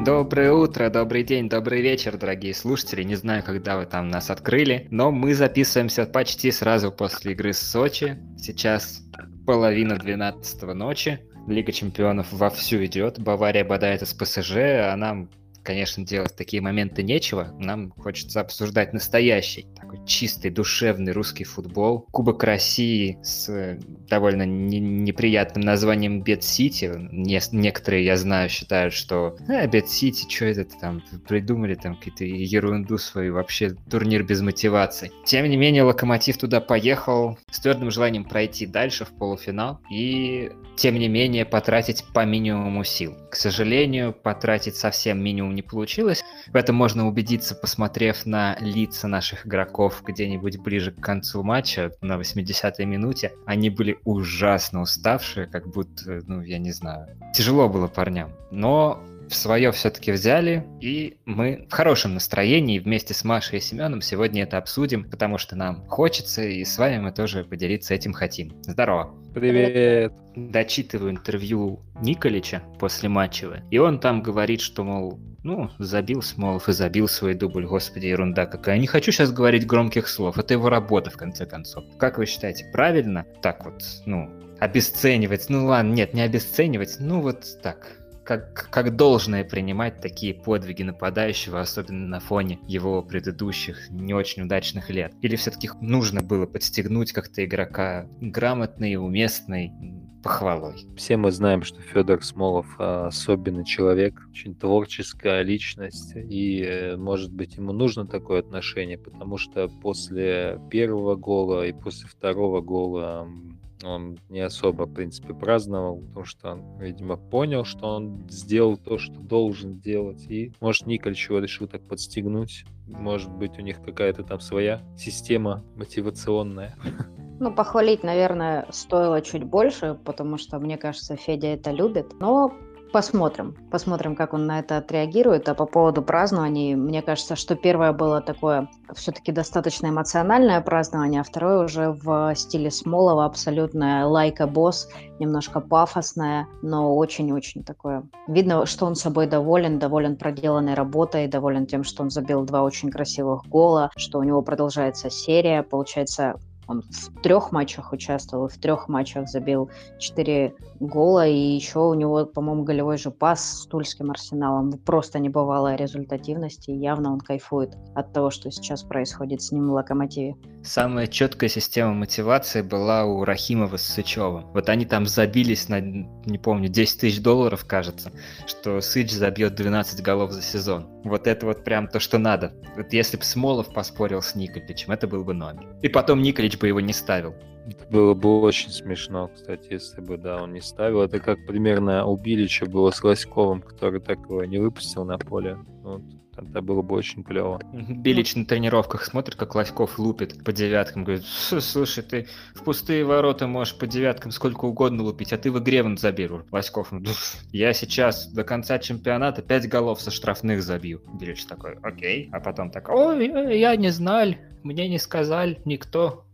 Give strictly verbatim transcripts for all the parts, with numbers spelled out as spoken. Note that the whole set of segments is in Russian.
Доброе утро, добрый день, добрый вечер, дорогие слушатели. Не знаю, когда вы там нас открыли, но мы записываемся почти сразу после игры с Сочи. Сейчас половина двенадцатого ночи. Лига чемпионов вовсю идет. Бавария бодает с ПСЖ, а нам, конечно, делать такие моменты нечего. Нам хочется обсуждать настоящий, такой чистый, душевный русский футбол. Кубок России с довольно не- неприятным названием Бет-Сити. Не- некоторые, я знаю, считают, что а, Бет-Сити, что это там, придумали там какие-то ерунду свою, вообще турнир без мотивации. Тем не менее, Локомотив туда поехал с твердым желанием пройти дальше в полуфинал и, тем не менее, потратить по минимуму сил. К сожалению, потратить совсем минимум не получилось. В этом можно убедиться, посмотрев на лица наших игроков где-нибудь ближе к концу матча, на восьмидесятой минуте. Они были ужасно уставшие, как будто, ну, я не знаю, тяжело было парням. Но в свое все-таки взяли, и мы в хорошем настроении вместе с Машей и Семеном сегодня это обсудим, потому что нам хочется, и с вами мы тоже поделиться этим хотим. Здорово! Привет! Дочитываю интервью Николича после матча, и он там говорит, что, мол, ну, забил Смолов и забил свой дубль, господи, ерунда какая. Не хочу сейчас говорить громких слов, это его работа, в конце концов. Как вы считаете, правильно так вот, ну, обесценивать? Ну ладно, нет, не обесценивать, ну вот так, как, как должное принимать такие подвиги нападающего, особенно на фоне его предыдущих не очень удачных лет? Или все-таки нужно было подстегнуть как-то игрока грамотной, уместной похвалой? Все мы знаем, что Федор Смолов а, особенный человек, очень творческая личность, и, э, может быть, ему нужно такое отношение, потому что после первого гола и после второго гола м, он не особо, в принципе, праздновал, потому что он, видимо, понял, что он сделал то, что должен делать, и, может, Николич его решил так подстегнуть. Может быть, у них какая-то там своя система мотивационная. Ну, похвалить, наверное, стоило чуть больше, потому что, мне кажется, Федя это любит. Но посмотрим. Посмотрим, как он на это отреагирует. А по поводу празднований, мне кажется, что первое было такое все-таки достаточно эмоциональное празднование, а второе уже в стиле Смолова, абсолютное лайка-босс, немножко пафосное, но очень-очень такое. Видно, что он собой доволен, доволен проделанной работой, доволен тем, что он забил два очень красивых гола, что у него продолжается серия. Получается, он в трех матчах участвовал, и в трех матчах забил четыре гола, и еще у него, по-моему, голевой же пас с Тульским Арсеналом. Просто небывалая результативность, и явно он кайфует от того, что сейчас происходит с ним в Локомотиве. Самая четкая система мотивации была у Рахимова с Сычевым. Вот они там забились на, не помню, десять тысяч долларов, кажется, что Сыч забьет двенадцать голов за сезон. Вот это вот прям то, что надо. Вот если бы Смолов поспорил с Николичем, это был бы номер. И потом Николич бы его не ставил. Это было бы очень смешно, кстати, если бы, да, он не ставил. Это как примерно у Билича было с Лоськовым, который так его не выпустил на поле. Вот. Это было бы очень клево. Билич на тренировках смотрит, как Лоськов лупит по девяткам. Говорит, слушай, ты в пустые ворота можешь по девяткам сколько угодно лупить, а ты в игре вон забей. Лоськов, я сейчас до конца чемпионата пять голов со штрафных забью. Билич такой, окей. А потом так, ой, я не знал, мне не сказали никто.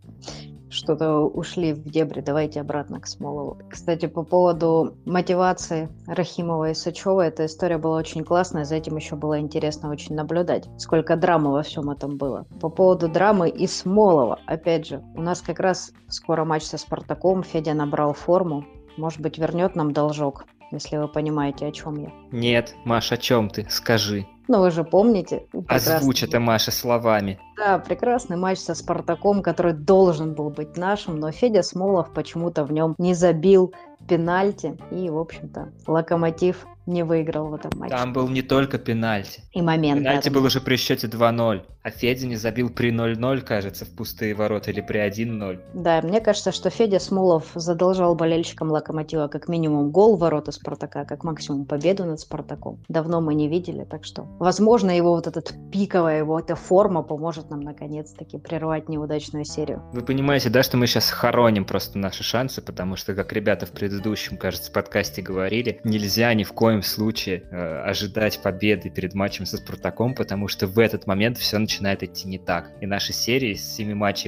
Что-то ушли в дебри, давайте обратно к Смолову. Кстати, по поводу мотивации Рахимова и Сычева, эта история была очень классная, за этим еще было интересно очень наблюдать, сколько драмы во всем этом было. По поводу драмы и Смолова, опять же, у нас как раз скоро матч со Спартаком, Федя набрал форму, может быть, вернет нам должок, если вы понимаете, о чем я. Нет, Маш, о чем ты? Скажи. Ну, вы же помните. Озвучь это, Маша, словами. Да, прекрасный матч со Спартаком, который должен был быть нашим, но Федя Смолов почему-то в нем не забил пенальти, и, в общем-то, Локомотив не выиграл в этом матче. Там был не только пенальти. И момент. Пенальти да, был уже при счете два ноль, а Федя не забил при ноль ноль, кажется, в пустые ворота, или при один ноль. Да, мне кажется, что Федя Смолов задолжал болельщикам Локомотива как минимум гол в ворота Спартака, как максимум победу над Спартаком. Давно мы не видели, так что, возможно, его вот этот пиковая, его эта форма поможет нам наконец-таки прервать неудачную серию. Вы понимаете, да, что мы сейчас хороним просто наши шансы, потому что, как ребята в предыдущем, кажется, подкасте говорили, нельзя ни в коем случае э, ожидать победы перед матчем со Спартаком, потому что в этот момент все начинает идти не так. И наши серии с семи матчей без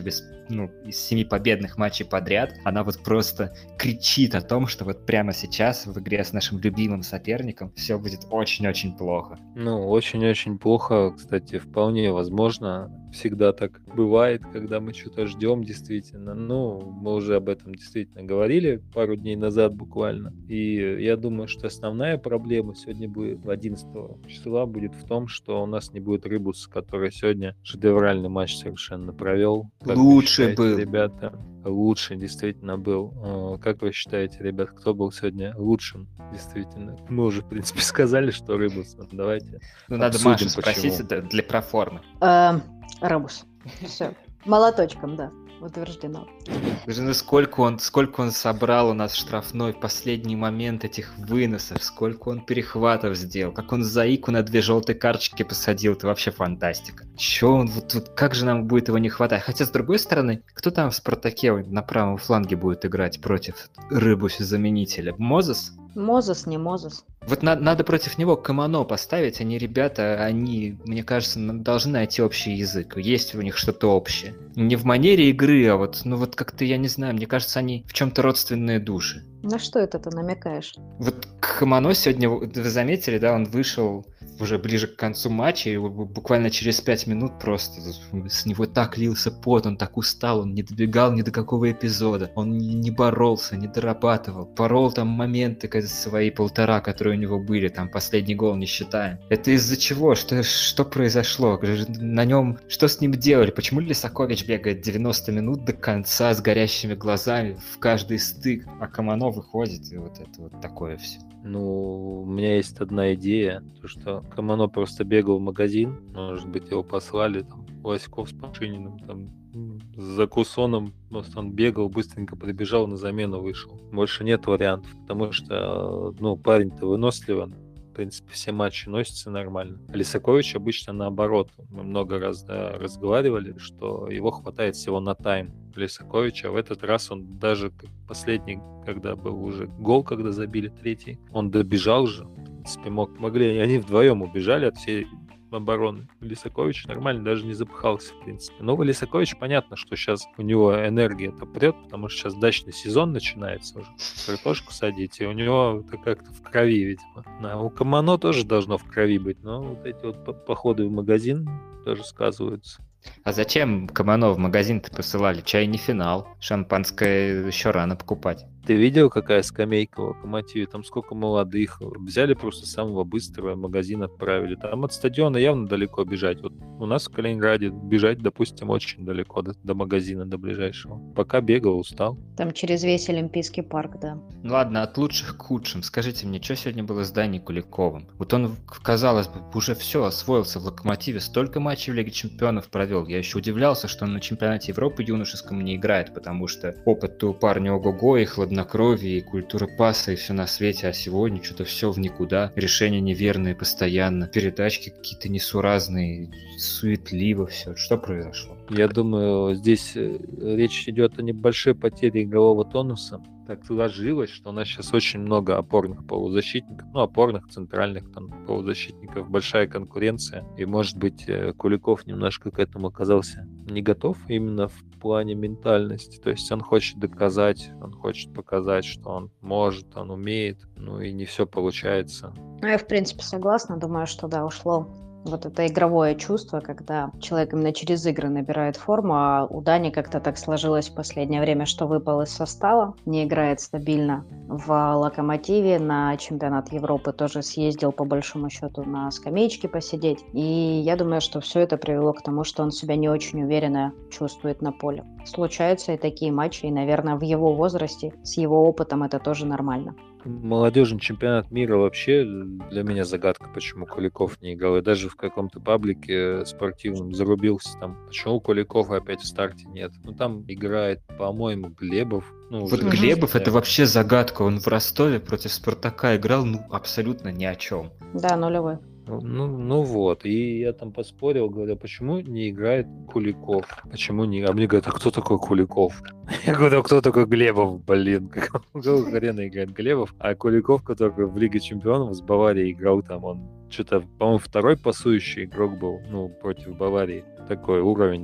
ну, из семи победных матчей подряд, она вот просто кричит о том, что вот прямо сейчас в игре с нашим любимым соперником все будет очень-очень плохо. Ну, очень-очень плохо, кстати, вполне возможно. Всегда так бывает, когда мы что-то ждем, действительно. Ну, мы уже об этом действительно говорили пару дней назад буквально. И я думаю, что основная проблема сегодня будет, одиннадцатого числа, будет в том, что у нас не будет Рыбуса, который сегодня шедевральный матч совершенно провел. Как Лучше вы считаете, был. ребята? Лучше действительно был. Э, Как вы считаете, ребят, кто был сегодня лучшим? Действительно. Мы уже, в принципе, сказали, что Рыбус. Но давайте Ну, надо обсудим, Машу спросить почему. это для проформы. Э, Рабус. Все. Молоточком, да. Утверждено. Слушай, ну сколько он, сколько он собрал у нас штрафной в последний момент этих выносов, сколько он перехватов сделал, как он Заику на две желтые карточки посадил, это вообще фантастика. Чё он, вот, вот как же нам будет его не хватать? Хотя, с другой стороны, кто там в Спартаке на правом фланге будет играть против Рыбуса-заменителя? Мозес? Мозес, не Мозес. Вот на- надо против него Камано поставить, они, ребята, они, мне кажется, н- должны найти общий язык. Есть у них что-то общее. Не в манере игры, а вот, ну вот как-то, я не знаю, мне кажется, они в чем-то родственные души. На что это ты намекаешь? Вот Камано сегодня, вы заметили, да, он вышел уже ближе к концу матча, и бу- буквально через пять минут просто с него так лился пот, он так устал, он не добегал ни до какого эпизода, он не не боролся, не дорабатывал, порол там моменты ка- свои полтора, которые у него были, там последний гол не считаем. Это из-за чего? Что, что произошло? На нем, что с ним делали? Почему Лисакович бегает девяносто минут до конца с горящими глазами в каждый стык, а Камано выходит, и вот это вот такое все. Ну, у меня есть одна идея, то что Камано просто бегал в магазин, может быть, его послали, там, Васьков с Пашининым, там, м, с Закусоном, просто он бегал, быстренько прибежал, на замену вышел. Больше нет вариантов, потому что, ну, парень-то выносливый, в принципе, все матчи носятся нормально. Лисакович обычно наоборот. Мы много раз да, разговаривали, что его хватает всего на тайм Лисаковича. В этот раз он даже как последний, когда был уже гол, когда забили третий, он добежал же. В принципе, мог, могли, они вдвоем убежали от всей обороны. Лисакович нормально, даже не запыхался, в принципе. Но Лисакович, понятно, что сейчас у него энергия-то прет, потому что сейчас дачный сезон начинается уже. Картошку садить, и у него это как-то в крови, видимо. А у Камано тоже должно в крови быть, но вот эти вот по- походы в магазин тоже сказываются. А зачем Камано в магазин-то посылали? Чай не финал. Шампанское еще рано покупать. Ты видел, какая скамейка в Локомотиве? Там сколько молодых. Взяли просто самого быстрого, в магазин отправили. Там от стадиона явно далеко бежать. Вот у нас в Калининграде бежать, допустим, очень далеко до, до магазина, до ближайшего. Пока бегал, устал. Там через весь Олимпийский парк, да. Ну ладно, от лучших к худшим. Скажите мне, что сегодня было с Даней Куликовым? Вот он, казалось бы, уже все освоился в Локомотиве, столько матчей в Лиге Чемпионов провел. Я еще удивлялся, что он на чемпионате Европы юношеском не играет, потому что опыт у парня ого-го, и хладнокровие, и культура паса, и все на свете, а сегодня что-то все в никуда. Решения неверные постоянно, передачки какие-то несуразные, суетливо все. Что произошло? Я думаю, здесь э, речь идет о небольшой потере игрового тонуса. Так сложилось, что у нас сейчас очень много опорных полузащитников, ну, опорных, центральных там полузащитников, большая конкуренция. И, может быть, э, Куликов немножко к этому оказался не готов именно в плане ментальности. То есть он хочет доказать, он хочет показать, что он может, он умеет, ну и не все получается. Ну, я, в принципе, согласна. Думаю, что, да, ушло вот это игровое чувство, когда человек именно через игры набирает форму, а у Дани как-то так сложилось в последнее время, что выпал из состава, не играет стабильно в Локомотиве, на чемпионат Европы тоже съездил по большому счету на скамеечке посидеть. И я думаю, что все это привело к тому, что он себя не очень уверенно чувствует на поле. Случаются и такие матчи, и, наверное, в его возрасте, с его опытом это тоже нормально. Молодежный чемпионат мира вообще для меня загадка, почему Куликов не играл. И даже в каком-то паблике спортивном зарубился там, почему Куликова опять в старте нет. Ну там играет, по-моему, Глебов. Ну, Вот уже Глебов да. это вообще загадка. Он в Ростове против Спартака играл, ну, абсолютно ни о чем. Да, нулевой. Ну, ну вот, и я там поспорил, говорю, почему не играет Куликов? Почему не? А мне говорят, а кто такой Куликов? Я говорю, а кто такой Глебов, блин? Какого хрена играет Глебов? А Куликов, который в Лиге Чемпионов с Баварией играл, там он что-то, по-моему, второй пасующий игрок был, ну, против Баварии. Такой уровень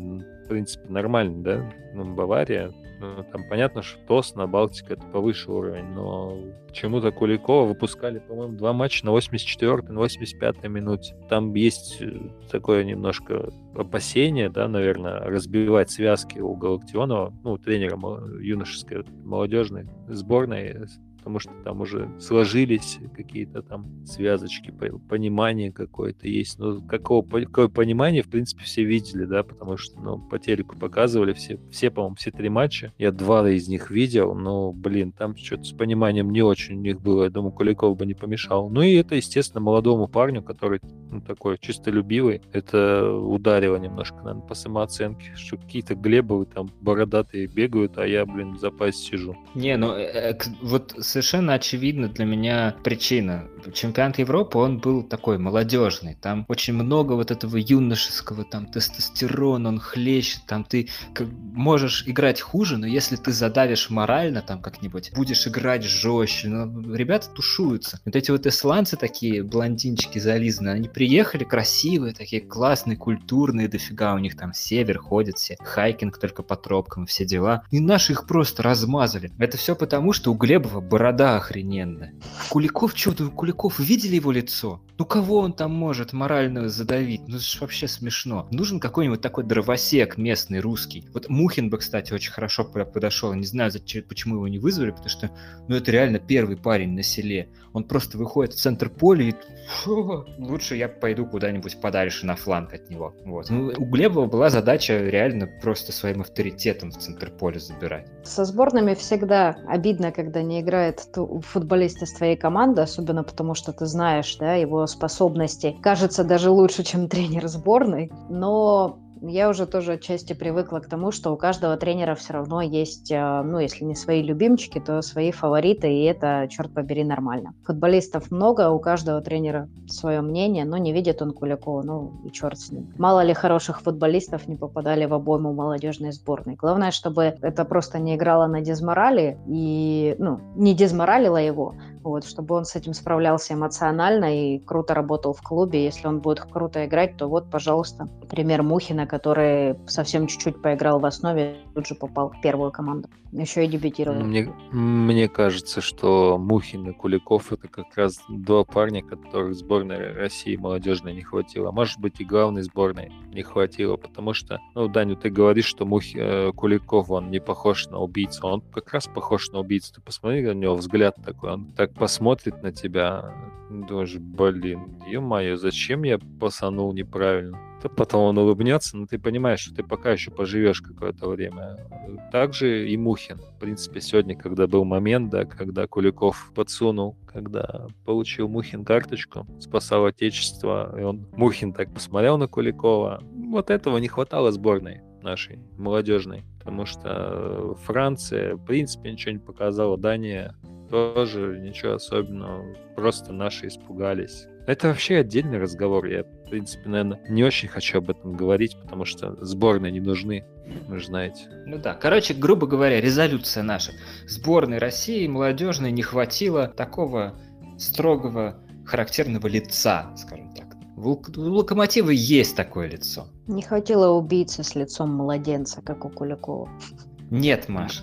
в принципе, нормальный, да? Ну, Бавария, ну, там понятно, что Тосно, Балтика — это повыше уровень, но почему-то Куликова выпускали, по-моему, два матча на восемьдесят четвёртой, на восемьдесят пятой минуте. Там есть такое немножко опасение, да, наверное, разбивать связки у Галактионова, ну, тренера юношеской молодежной сборной, потому что там уже сложились какие-то там связочки, понимание какое-то есть. Ну, какого, какое понимание, в принципе, все видели, да, потому что, ну, по телеку показывали все, все, по-моему, все три матча. Я два из них видел, но, блин, там что-то с пониманием не очень у них было. Я думаю, Куликов бы не помешал. Ну, и это, естественно, молодому парню, который, ну, такой чистолюбивый, это ударило немножко, наверное, по самооценке, что какие-то Глебовы там бородатые бегают, а я, блин, в запасе сижу. Не, ну, э, э, вот совершенно очевидна для меня причина. Чемпионат Европы, он был такой молодежный. Там очень много вот этого юношеского там тестостерона, он хлещет. Там ты как, можешь играть хуже, но если ты задавишь морально там как-нибудь, будешь играть жестче. Ну, ребята тушуются. Вот эти вот исландцы такие, блондинчики зализанные, они приехали красивые, такие классные, культурные, дофига у них там север ходят все, хайкинг только по тропкам, все дела. И наши их просто размазали. Это все потому, что у Глебова борода охрененная. Куликов, что ты, Куликов, видели его лицо? Ну кого он там может морально задавить? Ну это ж вообще смешно. Нужен какой-нибудь такой дровосек местный, русский. Вот Мухин бы, кстати, очень хорошо подошел. Не знаю, зачем, почему его не вызвали, потому что, ну это реально первый парень на селе. Он просто выходит в центр поля и фу, лучше я пойду куда-нибудь подальше на фланг от него. Вот. Ну, у Глебова была задача реально просто своим авторитетом в центр поля забирать. Со сборными всегда обидно, когда не играет футболист из твоей команды, особенно потому, что ты знаешь, да, его способности. Кажется, даже лучше, чем тренер сборной, но я уже тоже отчасти привыкла к тому, что у каждого тренера все равно есть, ну, если не свои любимчики, то свои фавориты, и это, черт побери, нормально. Футболистов много, у каждого тренера свое мнение, но не видит он Куликова, ну, и черт с ним. Мало ли хороших футболистов не попадали в обойму молодежной сборной. Главное, чтобы это просто не играло на дезморали и, ну, не дезморалило его, вот, чтобы он с этим справлялся эмоционально и круто работал в клубе. Если он будет круто играть, то вот, пожалуйста, пример Мухина, который совсем чуть-чуть поиграл в основе, тут же попал в первую команду. Еще и дебютировал. Мне, мне кажется, что Мухин и Куликов — это как раз два парня, которых сборной России молодежной не хватило. Может быть, и главной сборной не хватило, потому что, ну, Даню, ты говоришь, что Мухи, э, Куликов, он не похож на убийцу. Он как раз похож на убийцу. Ты посмотри, на него взгляд такой, он так посмотрит на тебя, даже, блин, ё-моё, зачем я пасанул неправильно? То потом он улыбнется, но ты понимаешь, что ты пока еще поживешь какое-то время. Также и Мухин. В принципе, сегодня, когда был момент, да, когда Куликов подсунул, когда получил Мухин карточку, спасал отечество, и он, Мухин так посмотрел на Куликова. Вот этого не хватало сборной нашей, молодежной. Потому что Франция, в принципе, ничего не показала. Дания тоже ничего особенного. Просто наши испугались. Это вообще отдельный разговор. Я, в принципе, наверное, не очень хочу об этом говорить, потому что сборные не нужны, вы же знаете. Ну да, короче, грубо говоря, резолюция наша. Сборной России молодежной не хватило такого строгого, характерного лица, скажем так. У Локомотива есть такое лицо. Не хватило убийцы с лицом младенца, как у Куликова. Нет, Маша.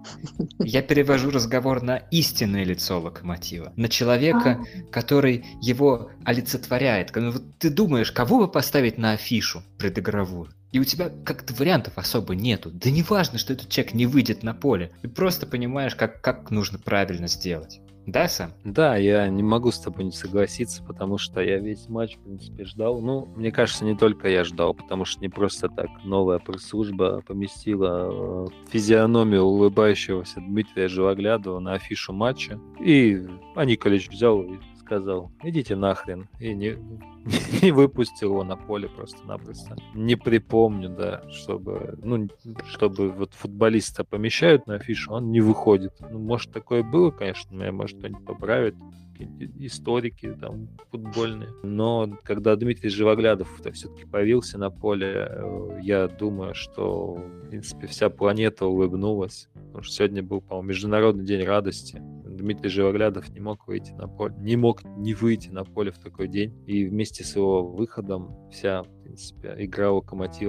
Я перевожу разговор на истинное лицо Локомотива, на человека, а. который его олицетворяет. Вот ты думаешь, кого бы поставить на афишу предыгровую, и у тебя как-то вариантов особо нету. Да не важно, что этот человек не выйдет на поле. Ты просто понимаешь, как, как нужно правильно сделать. Да, Сам? Да, я не могу с тобой не согласиться, потому что я весь матч, в принципе, ждал. Ну, мне кажется, не только я ждал, потому что не просто так новая пресс-служба поместила физиономию улыбающегося Дмитрия Живоглядова на афишу матча. И Аниколич взял и сказал: идите нахрен. И не, не выпустил его на поле просто-напросто. Не припомню, да, чтобы, ну, чтобы вот футболиста помещают на афишу, он не выходит. Ну, может, такое было, конечно, меня, может, кто-нибудь поправит. Историки там футбольные. Но когда Дмитрий Живоглядов все-таки появился на поле, я думаю, что, в принципе, вся планета улыбнулась. Потому что сегодня был, по-моему, Международный день радости. Дмитрий Живоглядов не мог выйти на поле, не мог не выйти на поле в такой день. И вместе с его выходом вся, в принципе, игра Локомотива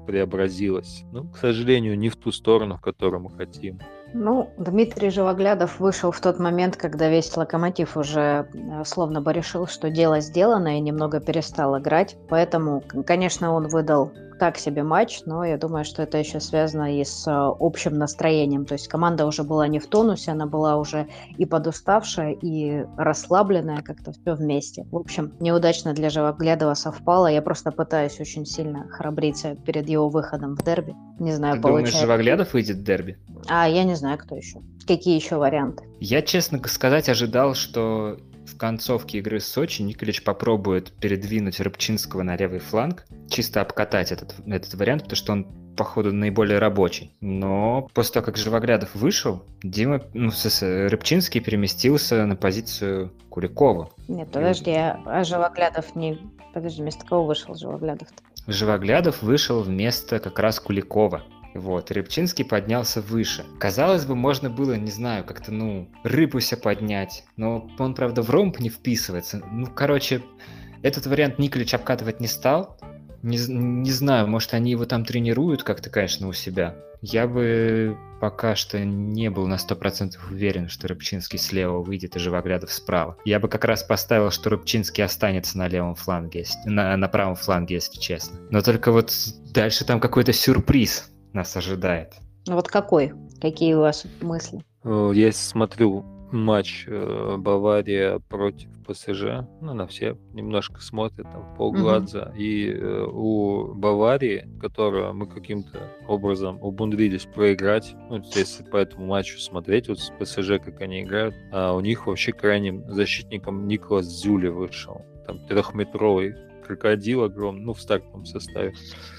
преобразилась. Ну, к сожалению, не в ту сторону, в которую мы хотим. Ну, Дмитрий Живоглядов вышел в тот момент, когда весь Локомотив уже э, словно бы решил, что дело сделано, и немного перестал играть. Поэтому, к- конечно, он выдал так себе матч, но я думаю, что это еще связано и с э, общим настроением. То есть команда уже была не в тонусе, она была уже и подуставшая, и расслабленная, как-то все вместе. В общем, неудачно для Живоглядова совпало. Я просто пытаюсь очень сильно храбриться перед его выходом в дерби. Не знаю, Ты думаешь, получается. Живоглядов выйдет в дерби? А я не знаю, кто еще. Какие еще варианты? Я, честно сказать, ожидал, что в концовке игры с Сочи Николич попробует передвинуть Рыбчинского на левый фланг, чисто обкатать этот, этот вариант, потому что он, походу, наиболее рабочий. Но после того, как Живоглядов вышел, Дима, ну, Рыбчинский переместился на позицию Куликова. Нет, подожди, а, а Живоглядов не... Подожди, вместо кого вышел Живоглядов-то? Живоглядов вышел вместо как раз Куликова. Вот, Рыбчинский поднялся выше. Казалось бы, можно было, не знаю, как-то, ну, Рыбуся поднять, но он, правда, в ромб не вписывается. Ну, короче, этот вариант Николич обкатывать не стал. Не, не знаю, может, они его там тренируют как-то, конечно, у себя. Я бы пока что не был на сто процентов уверен, что Рыбчинский слева выйдет и Живоглядов справа. Я бы как раз поставил, что Рыбчинский останется на левом фланге, если- на, на правом фланге, если честно. Но только вот дальше там какой-то сюрприз нас ожидает. Ну вот какой? Какие у вас мысли? Э, Я смотрю матч э, Бавария против ПСЖ, ну, на все немножко смотрят, там, полглаза, и э, у Баварии, которую мы каким-то образом умудрились проиграть, ну, если по этому матчу смотреть, вот с ПСЖ, как они играют, а у них вообще крайним защитником Николас Зюли вышел, там, трехметровый крокодил огромный, ну, в стартовом составе.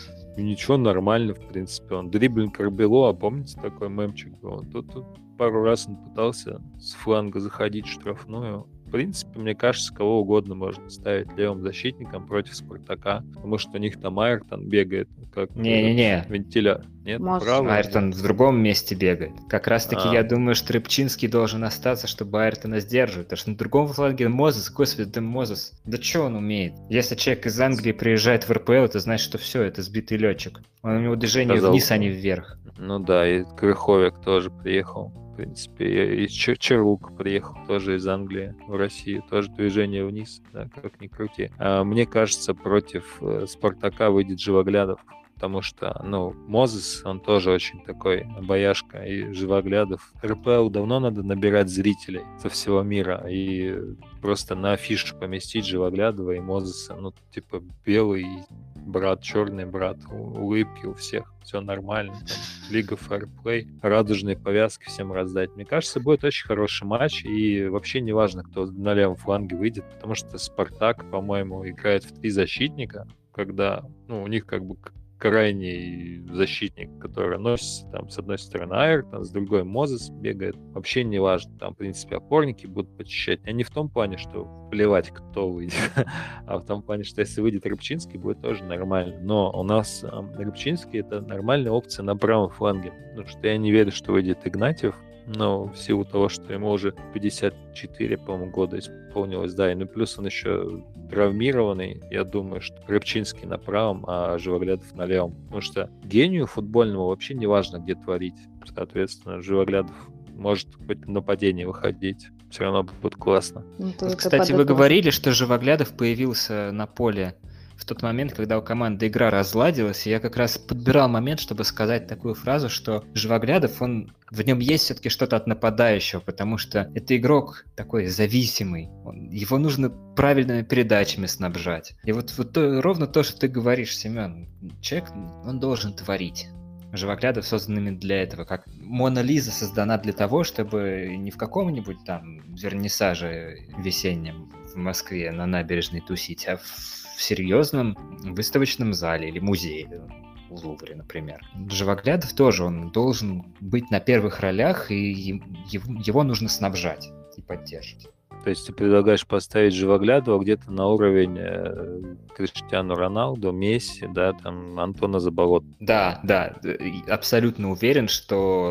И ничего, нормально, в принципе. Он дриблинг Карбело, а помните, такой мемчик был? Тут, тут пару раз он пытался с фланга заходить в штрафную. В принципе, мне кажется, кого угодно можно ставить левым защитником против Спартака, потому что у них там Айртон бегает как Не-не-не. вентиля. Нет, Может, правый? Айртон в другом месте бегает. Как раз таки А. я думаю, что Рыбчинский должен остаться, чтобы Айртона сдерживать. Потому что на другом фланге Мозес, господи, да Мозес. Да что он умеет? Если человек из Англии приезжает в РПЛ, это значит, что все, это сбитый летчик. Он, у него движение Сказал. вниз, а не вверх. Ну да, и Крыховик тоже приехал. В принципе, и Чер- Чарук приехал тоже из Англии в Россию. Тоже движение вниз, да, как ни крути. А мне кажется, против э, Спартака выйдет Живоглядов. Потому что, ну, Мозес, он тоже очень такой бояшка и Живоглядов. РПЛ давно надо набирать зрителей со всего мира и просто на афишу поместить Живоглядова и Мозеса. Ну, типа, белый брат, черный брат, у- улыбки у всех, все нормально. Там, Лига фэрплей, радужные повязки всем раздать. Мне кажется, будет очень хороший матч, и вообще не важно, кто на левом фланге выйдет, потому что Спартак, по-моему, играет в три защитника, когда, ну, у них как бы к- крайний защитник, который носится там с одной стороны Айртон, с другой Мозес бегает. Вообще не важно. Там, в принципе, опорники будут почищать. А не в том плане, что плевать, кто выйдет, а в том плане, что если выйдет Рыбчинский, будет тоже нормально. Но у нас э, Рыбчинский — это нормальная опция на правом фланге. Потому что я не верю, что выйдет Игнатьев. Но в силу того, что ему уже пятьдесят четыре, по-моему, года исполнилось, да, и ну плюс он еще травмированный, я думаю, что Рыбчинский на правом, а Живоглядов на левом. Потому что гению футбольному вообще не важно, где творить. Соответственно, Живоглядов может хоть в нападение выходить. Все равно будет классно. Ну, то Вот, это кстати, вы подытожим. говорили, что Живоглядов появился на поле в тот момент, когда у команды игра разладилась, и я как раз подбирал момент, чтобы сказать такую фразу, что Живоглядов, он, в нем есть все-таки что-то от нападающего, потому что это игрок такой зависимый, он- его нужно правильными передачами снабжать. И вот, вот то- ровно то, что ты говоришь, Семен, человек, он должен творить. Живоглядов создан именно для этого, как Мона Лиза создана для того, чтобы не в каком-нибудь там вернисаже весеннем в Москве на набережной тусить, а в в серьезном выставочном зале или музее в Лувре, например. Живоглядов тоже, он должен быть на первых ролях, и е- ев- его нужно снабжать и поддерживать. То есть ты предлагаешь поставить Живоглядова где-то на уровень э, Криштиану Роналду, Месси, да, там, Антона Заболот. Да, да, д- и абсолютно уверен, что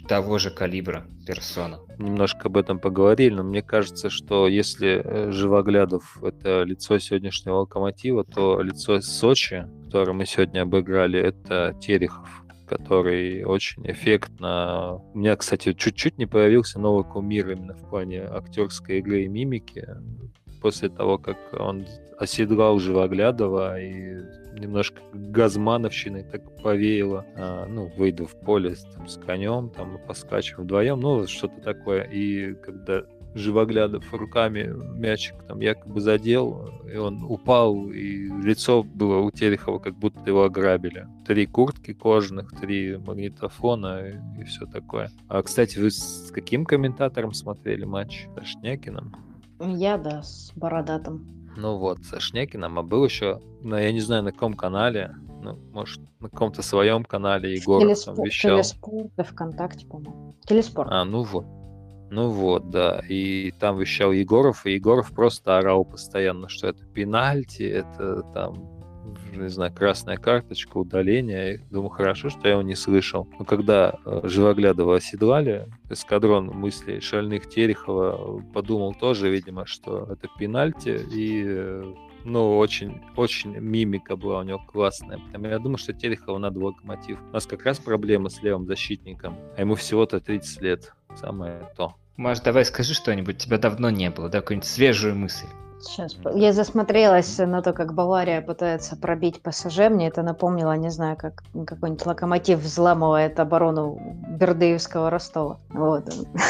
того же калибра персона. Немножко об этом поговорили, но мне кажется, что если Живоглядов — это лицо сегодняшнего Локомотива, то лицо Сочи, которое мы сегодня обыграли, это Терехов, который очень эффектно... У меня, кстати, чуть-чуть не появился новый кумир именно в плане актерской игры и мимики после того, как он оседлал Живоглядова и немножко газмановщиной так повеяло. А, ну, выйду в поле там, с конем, там, поскачем вдвоем, ну, что-то такое. И когда Живоглядов руками мячик там якобы задел, и он упал, и лицо было у Терехова, как будто его ограбили. Три куртки кожаных, три магнитофона и, и все такое. А, кстати, вы с каким комментатором смотрели матч? Со Шнякиным? Я, да, с бородатым. Ну вот, со Шнякиным, а был еще, ну, я не знаю, на каком канале, ну, может, на каком-то своем канале Егоров Телеспорт, там вещал. Телеспорт и ВКонтакте, по-моему. Телеспорт. А, ну вот. Ну вот, да. И там вещал Егоров, и Егоров просто орал постоянно, что это пенальти, это там, не знаю, красная карточка, удаление. Я думаю, хорошо, что я его не слышал. Но когда э, Живоглядова оседлали, эскадрон мыслей шальных Терехова подумал тоже, видимо, что это пенальти, и э, ну, очень, очень мимика была у него классная. Я думаю, что Терехову надо в Локомотив. У нас как раз проблема с левым защитником, а ему всего-то тридцать лет. Самое то. Маш, давай скажи что-нибудь, тебя давно не было, да, какую-нибудь свежую мысль. Сейчас. Я засмотрелась на то, как Бавария пытается пробить ПСЖ. Мне это напомнило, не знаю, как какой-нибудь Локомотив взламывает оборону Бердыевского Ростова. Вот.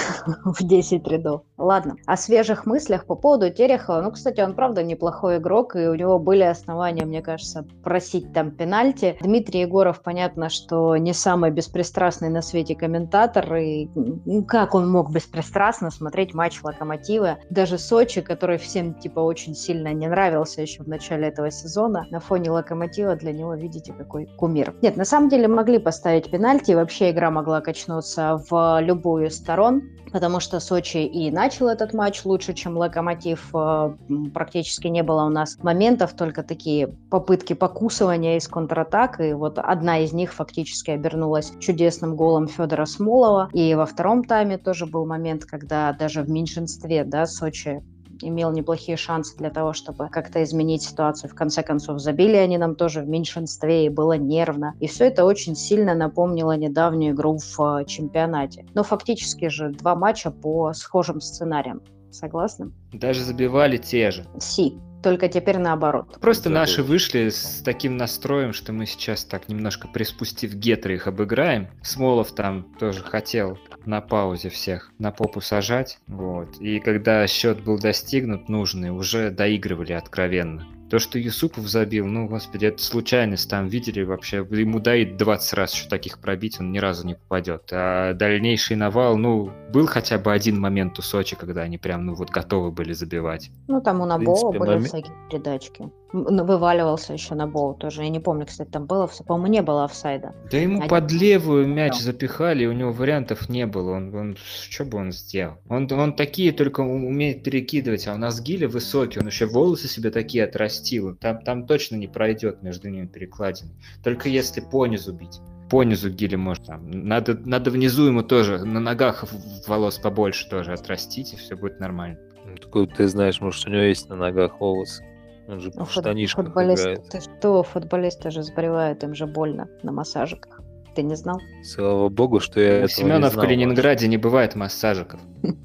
В десять рядов. Ладно. О свежих мыслях по поводу Терехова. Ну, кстати, он, правда, неплохой игрок, и у него были основания, мне кажется, просить там пенальти. Дмитрий Егоров, понятно, что не самый беспристрастный на свете комментатор, и ну, как он мог беспристрастно смотреть матч Локомотива? Даже Сочи, который всем, типа, очень сильно не нравился еще в начале этого сезона. На фоне Локомотива для него, видите, какой кумир. Нет, на самом деле могли поставить пенальти, и вообще игра могла качнуться в любую из сторон, потому что Сочи и начал этот матч лучше, чем Локомотив. Практически не было у нас моментов, только такие попытки покусывания из контратак, и вот одна из них фактически обернулась чудесным голом Федора Смолова. И во втором тайме тоже был момент, когда даже в меньшинстве, да, Сочи имел неплохие шансы для того, чтобы как-то изменить ситуацию. В конце концов, забили они нам тоже в меньшинстве, и было нервно. И все это очень сильно напомнило недавнюю игру в чемпионате. Но фактически же два матча по схожим сценариям. Согласны? Даже забивали те же. Си. Только теперь наоборот. Просто наши вышли с таким настроем, что мы сейчас так немножко приспустив гетры их обыграем. Смолов там тоже хотел на паузе всех на попу сажать. Вот. И когда счет был достигнут нужный, уже доигрывали откровенно. То, что Юсупов забил, ну, господи, это случайность. Там видели вообще, ему дают двадцать раз еще таких пробить, он ни разу не попадет. А дальнейший навал, ну, был хотя бы один момент у Сочи, когда они прям, ну, вот готовы были забивать. Ну, там у Набола были момент... всякие передачки. Вываливался еще Набол тоже. Я не помню, кстати, там было, по-моему, не было офсайда. Да ему Один... под левую мяч запихали, и у него вариантов не было. Он, он, что бы он сделал? Он, он такие только умеет перекидывать, а у нас Гиля высокий, он еще волосы себе такие отрастил. Там, там точно не пройдет между ними перекладины. Только если понизу бить. Понизу Гиля может. Там, надо, надо внизу ему тоже, на ногах волос побольше тоже отрастить, и все будет нормально. Такой, ты знаешь, может, у него есть на ногах волосы. Он же ну, в штанишках футболист, играет. Ты что, футболисты же сбривают, им же больно на массажиках. Ты не знал? Слава богу, что я У этого Семена не в знал. Калининграде не бывает массажиков.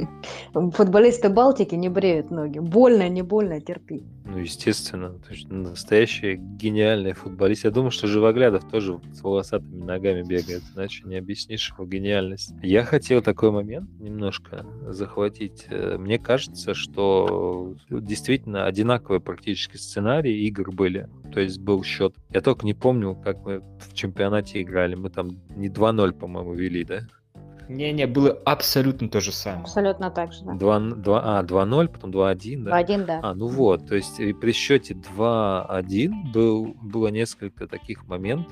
Футболисты Балтики не бреют ноги. Больно, не больно, терпи. Ну, естественно. То есть настоящий гениальный футболист. Я думаю, что Живоглядов тоже с волосатыми ногами бегает, иначе не объяснишь его гениальность. Я хотел такой момент немножко захватить. Мне кажется, что действительно одинаковые практически сценарии игр были. То есть был счет. Я только не помню, как мы в чемпионате играли. Мы там не два ноль, по-моему, вели, да? Не-не, было абсолютно то же самое. Абсолютно так же, да. два, два, а, два ноль, потом два один, да? два один, да. А, ну вот, то есть и при счете два один был, было несколько таких моментов,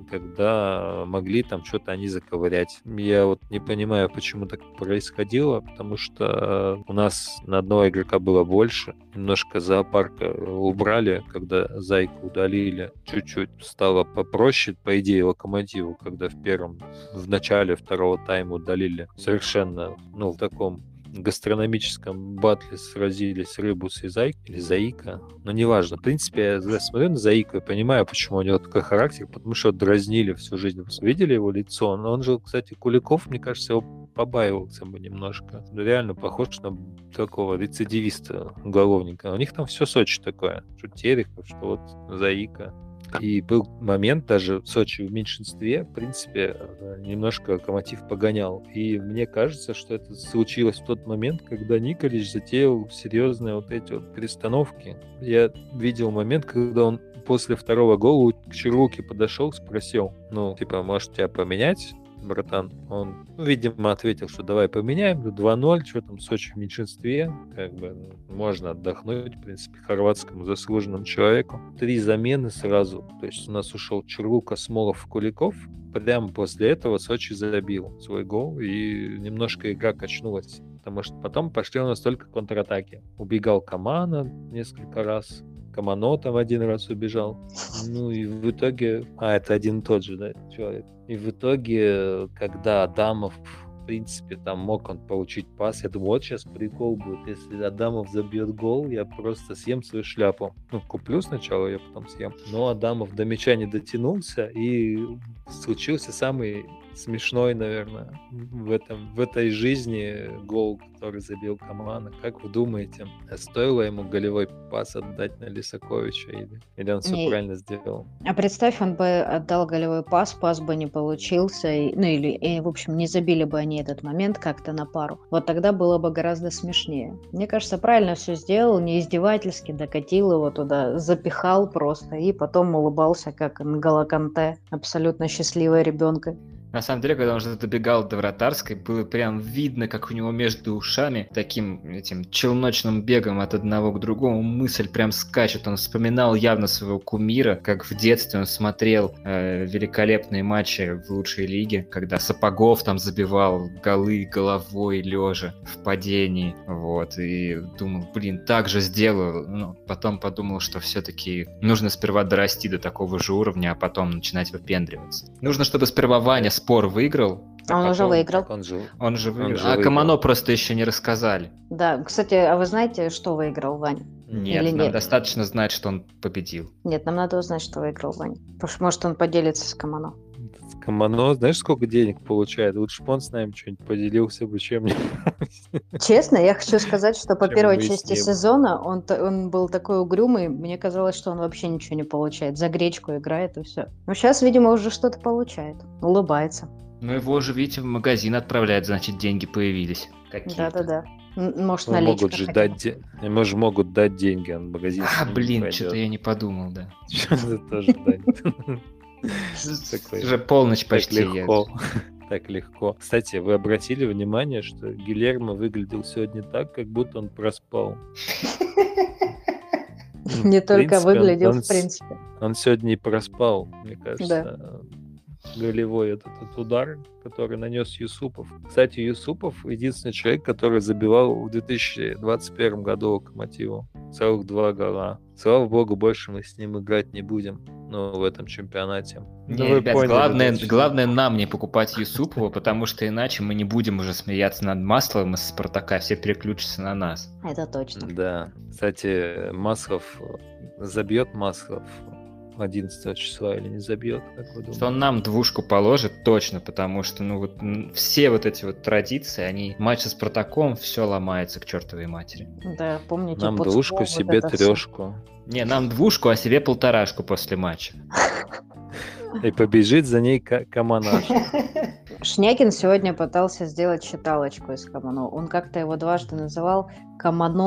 когда могли там что-то они заковырять. Я вот не понимаю, почему так происходило, потому что у нас на одного игрока было больше. Немножко зоопарка убрали, когда Зайку удалили. Чуть-чуть стало попроще, по идее, Локомотиву, когда в первом, в начале второго тайма удалили. Совершенно, ну, в таком гастрономическом батле сразились Рыбус и Зайка, или Заика, но неважно. В принципе, я смотрю на Заику и понимаю, почему у него такой характер, потому что дразнили всю жизнь. Вы видели его лицо? Но он же, кстати, Куликов, мне кажется, его побаивался бы немножко. Реально похож на такого рецидивиста, уголовника. У них там все Сочи такое. Что Терехов, что вот Заика. И был момент даже в Сочи в меньшинстве, в принципе, немножко Локомотив погонял. И мне кажется, что это случилось в тот момент, когда Николич затеял серьезные вот эти вот перестановки. Я видел момент, когда он после второго гола к Чаруке подошел, спросил, ну, типа, может, тебя поменять, братан? Он, ну, видимо, ответил, что давай поменяем, два ноль, что там, Сочи в меньшинстве, как бы можно отдохнуть, в принципе, хорватскому заслуженному человеку. Три замены сразу, то есть у нас ушел Чарука, Смолов, Куликов. Прямо после этого Сочи забил свой гол, и немножко игра качнулась, потому что потом пошли у нас только контратаки. Убегал Камана несколько раз, Камано там один раз убежал. Ну и в итоге... А, это один и тот же, да, человек. И в итоге, когда Адамов, в принципе, там мог он получить пас, я думаю, вот сейчас прикол будет, если Адамов забьет гол, я просто съем свою шляпу. Ну, куплю сначала, я потом съем. Но Адамов до мяча не дотянулся, и случился самый смешной, наверное, в, этом, в этой жизни гол, который забил Камана. Как вы думаете, стоило ему голевой пас отдать на Лисаковича, или, или он все Не. правильно сделал? А представь, он бы отдал голевой пас, пас бы не получился, и, ну или, и, в общем, не забили бы они этот момент как-то на пару. Вот тогда было бы гораздо смешнее. Мне кажется, правильно все сделал, не издевательски докатил его туда, запихал просто, и потом улыбался, как Нголо Канте, абсолютно счастливая ребенка. На самом деле, когда он уже добегал до вратарской, было прям видно, как у него между ушами таким этим челночным бегом от одного к другому мысль прям скачет. Он вспоминал явно своего кумира, как в детстве он смотрел э, великолепные матчи в лучшей лиге, когда Сапогов там забивал голы головой лежа в падении, вот, и думал, блин, так же сделаю. Ну, потом подумал, что все-таки нужно сперва дорасти до такого же уровня, а потом начинать выпендриваться. Нужно, чтобы сперва Ваня спор выиграл. А он потом... уже выиграл. Он же, он же выиграл. он же а выиграл. Камано просто еще не рассказали. Да, кстати, а вы знаете, что выиграл Ваня? Нет, Или нам нет? достаточно знать, что он победил. Нет, нам надо узнать, что выиграл Ваня. Потому что, может, он поделится с Камано. Камано, знаешь, сколько денег получает? Лучше бы он с нами что-нибудь поделился бы чем-нибудь. Честно, я хочу сказать, что по Чем первой мы с части ним. сезона он, т- он был такой угрюмый, мне казалось, что он вообще ничего не получает. За гречку играет и все. Но сейчас, видимо, уже что-то получает. Улыбается. Ну его же, видите, в магазин отправляют, значит, деньги появились. Какие-то. Да-да-да. М- Может, Ну, наличка. могут же хотя бы. дать, де- ему же могут дать деньги, он в магазин с А, ними блин, пойдет. что-то я не подумал, да. Что-то тоже дать. Такой. Уже полночь Так почти. я- легко. Так легко. Кстати, вы обратили внимание, что Гильермо выглядел сегодня так, как будто он проспал. Не В только принципе, он- выглядел, он в с- принципе. Он сегодня и проспал, мне кажется. Голевой этот, этот удар, который нанес Юсупов. Кстати, Юсупов единственный человек, который забивал в две тысячи двадцать первом году Локомотиву. Целых два гола. Слава богу, больше мы с ним играть не будем. Ну, в этом чемпионате. Не, Ну, вы ребят, поняли, главное, да, что- главное нам не покупать Юсупова, потому что иначе мы не будем уже смеяться над Масловым из Спартака, все переключатся на нас. Это точно. Да. Кстати, Маслов забьет Маслов одиннадцатого числа или не забьет, как вы думаете? Что он нам двушку положит, точно, потому что, ну, вот м, все вот эти вот традиции, они, матч со Спартаком, все ломается к чертовой матери. Да, помните, Нам под двушку, стол, себе вот это всё. трешку. Не, нам двушку, а себе полторашку после матча. И побежит за ней ка- Каманаш. Шнякин сегодня пытался сделать считалочку из Камано. Он как-то его дважды называл Камано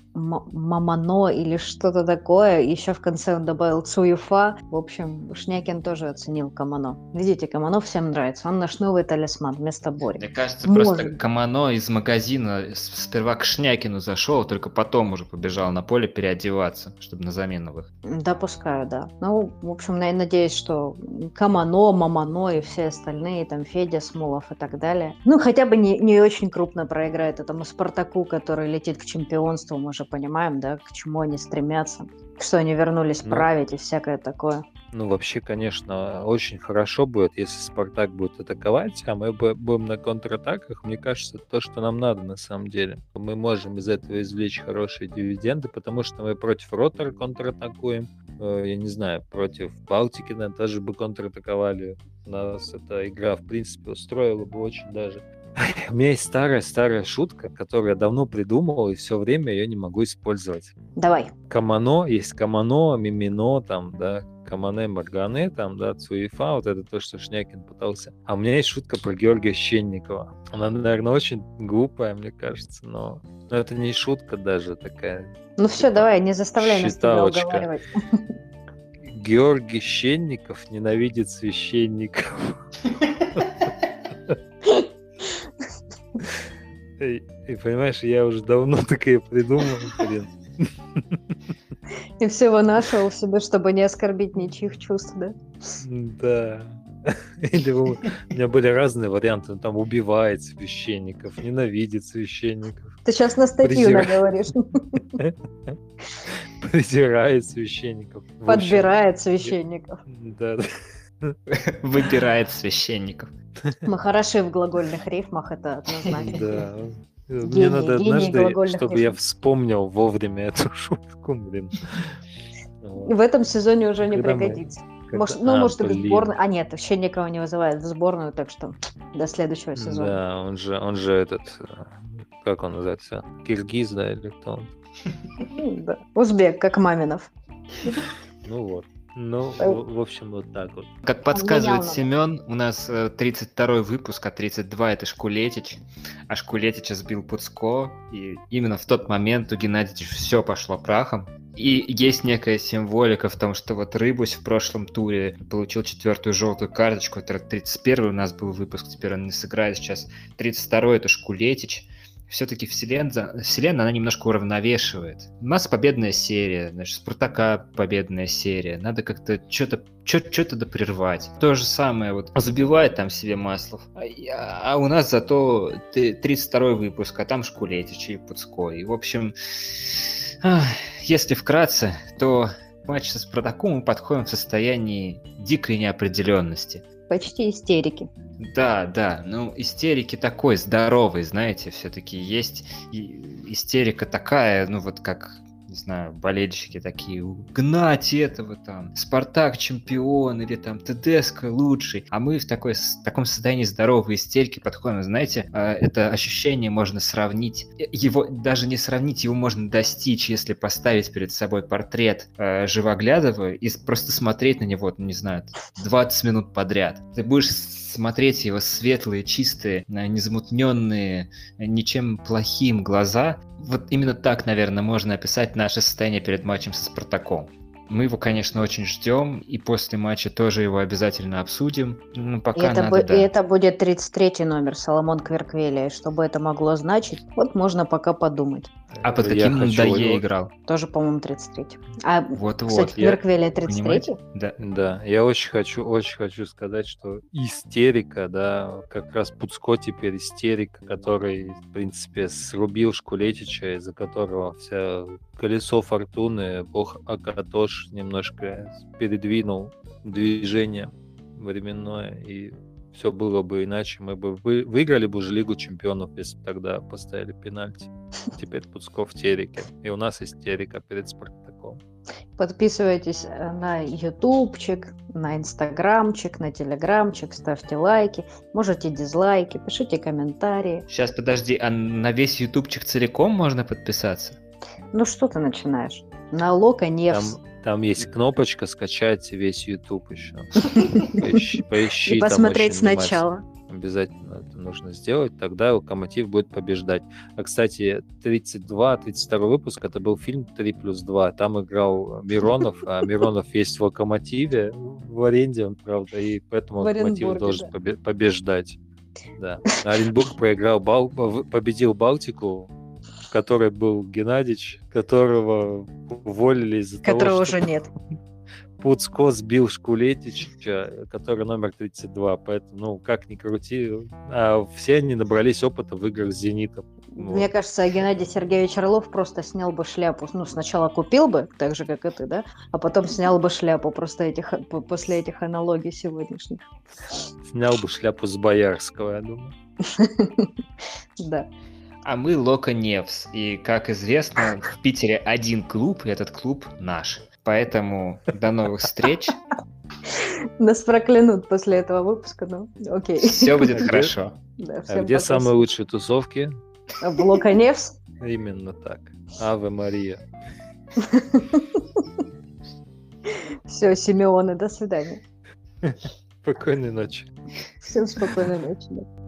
м- Мамано или что-то такое. Еще в конце он добавил Цуефа. В общем, Шнякин тоже оценил Камано. Видите, Камано всем нравится. Он наш новый талисман вместо Бори. Мне кажется, Может. просто Камано из магазина с- сперва к Шнякину зашел, только потом уже побежал на поле переодеваться, чтобы на замену выходить. Допускаю, да. Ну, в общем, я надеюсь, что Камано, Мамано и все остальные, там, Федя Смолов и так далее. Ну, хотя бы не, не очень крупно проиграет этому Спартаку, который летит к чемпионству, мы же понимаем, да, к чему они стремятся, что они вернулись Ну. править и всякое такое. Ну, вообще, конечно, очень хорошо будет, если Спартак будет атаковать, а мы бу- будем на контратаках. Мне кажется, то, что нам надо на самом деле. Мы можем из этого извлечь хорошие дивиденды, потому что мы против Ротора контратакуем. Э, Я не знаю, против Балтики, наверное, тоже бы контратаковали. Нас эта игра, в принципе, устроила бы очень даже. У меня есть старая-старая шутка, которую я давно придумал, и все время ее не могу использовать. Давай. Камано, есть Камано, Мимино, там, да, Камане, Маргане, там, да, Цуефа, вот это то, что Шнякин пытался. А у меня есть шутка про Георгия Щенникова. Она, наверное, очень глупая, мне кажется, но, но это не шутка даже такая. Ну все, давай, не заставляй нас тебя Считалочка. уговаривать. Георгий Щенников ненавидит священников. И, и понимаешь, я уже давно такое придумал, блин. И всего нашел в себе, чтобы не оскорбить ничьих чувств, да? Да. Или у меня были разные варианты. Он там убивает священников, ненавидит священников, Ты сейчас на статью Презира- наговоришь. презирает священников. В общем, Подбирает священников. Да, да. Выбирает священников. Мы хороши в глагольных рифмах, это однозначно. Да. Мне Гений, надо гений однажды, глагольных чтобы рифм. я вспомнил вовремя эту шутку, блин. Вот. В этом сезоне уже не Когда мы- пригодится. Когда- Может, ну, А, может, и в блин. сборную. А нет, Щенникова не вызывает в сборную, так что до следующего сезона. Да, он же, он же этот, э, как он называется, киргиз, да, или кто он? Ну, да. Узбек, как Маминов. Ну вот. Ну, Э. в, в общем, вот так вот. Как подсказывает Поменял Семен, у нас э, тридцать второй выпуск, а тридцать два это Шкулетич. А Шкулетича сбил Пуцко. И именно в тот момент у Геннадьевича все пошло прахом. И есть некая символика в том, что вот Рыбусь в прошлом туре получил четвертую желтую карточку. Это тридцать первый у нас был выпуск, теперь он не сыграет. Сейчас тридцать второй это Шкулетич. Все-таки вселенная, вселенная, она немножко уравновешивает. У нас победная серия, значит, Спартака победная серия. Надо как-то что-то что-то допрервать. То же самое, вот, забивает там себе Маслов. А, я- а у нас зато т- тридцать второй выпуск, а там Шкулетич и Пуцко. И, в общем, ах, если вкратце, то к матчу со Спартаком мы подходим в состоянии дикой неопределенности. Почти истерики. Да, да, ну истерики такой здоровый, знаете, все-таки есть и- истерика такая, ну вот как, не знаю, болельщики такие, гнать этого там, Спартак чемпион или там Тедеско лучший, а мы в такой, в таком состоянии здоровой истерики подходим, знаете, э, это ощущение можно сравнить, э, его даже не сравнить, его можно достичь, если поставить перед собой портрет э, Живоглядова и с- просто смотреть на него, ну, не знаю, двадцать минут подряд. Ты будешь смотреть его светлые, чистые, э, незамутненные, э, ничем плохим глаза. Вот именно так, наверное, можно описать наше состояние перед матчем со Спартаком. Мы его, конечно, очень ждем, и после матча тоже его обязательно обсудим. Ну, И пока это, надо, бу- да. и это будет тридцать третий номер Соломон Кверквелия. И что бы это могло значить, вот можно пока подумать. А под Я каким хочу Ндае его- играл? Тоже, по-моему, тридцать третий. А, Вот-вот. кстати, я- Кверквелия тридцать третий? Понимаете? Да. Да, я очень хочу, очень хочу сказать, что истерика, да, как раз Пуцко теперь истерика, который, в принципе, срубил Шкулетича, из-за которого вся колесо фортуны, бог Акатош немножко передвинул движение временное, и все было бы иначе. Мы бы вы- выиграли бы уже Лигу чемпионов, если бы тогда поставили пенальти. Теперь Пуцко в тереке. И у нас истерика перед Спартаком. Подписывайтесь э, на ютубчик, на инстаграмчик, на телеграмчик, ставьте лайки, можете дизлайки, пишите комментарии. Сейчас, подожди, а на весь ютубчик целиком можно подписаться? Ну что ты начинаешь? На Лока Там, Невс. там есть кнопочка «Скачать весь YouTube» еще. Поищи, поищи И там посмотреть очень внимательно. сначала. Обязательно это нужно сделать, тогда Локомотив будет побеждать. А, кстати, тридцать два, тридцать второй выпуск, это был фильм три плюс два. Там играл Миронов, а Миронов есть в Локомотиве, в аренде он, правда, и поэтому В Локомотив Оренбурге, должен да. побе- побеждать. Да. А Оренбург проиграл, Бал- в- победил Балтику, в которой был Геннадич, которого уволили из-за того, Которого что уже нет. Пуцко сбил Шкулетича, который номер тридцать два, поэтому, ну, как ни крути, а все они набрались опыта в играх с «Зенитом». Мне Вот. кажется, Геннадий Сергеевич Орлов просто снял бы шляпу. Ну, сначала купил бы, так же, как и ты, да? А потом снял бы шляпу просто этих, по- после этих аналогий сегодняшних. Снял бы шляпу с Боярского, я думаю. Да. А мы Локо Невс. И, как известно, в Питере один клуб, и этот клуб наш. Поэтому до новых встреч. Нас проклянут после этого выпуска, ну, окей. Все будет Где? хорошо. Да, А всем где пока. самые лучшие тусовки? В Локоневс? Именно так. Аве Мария. Все, Симеоны, до свидания. Спокойной ночи. Всем спокойной ночи. Да.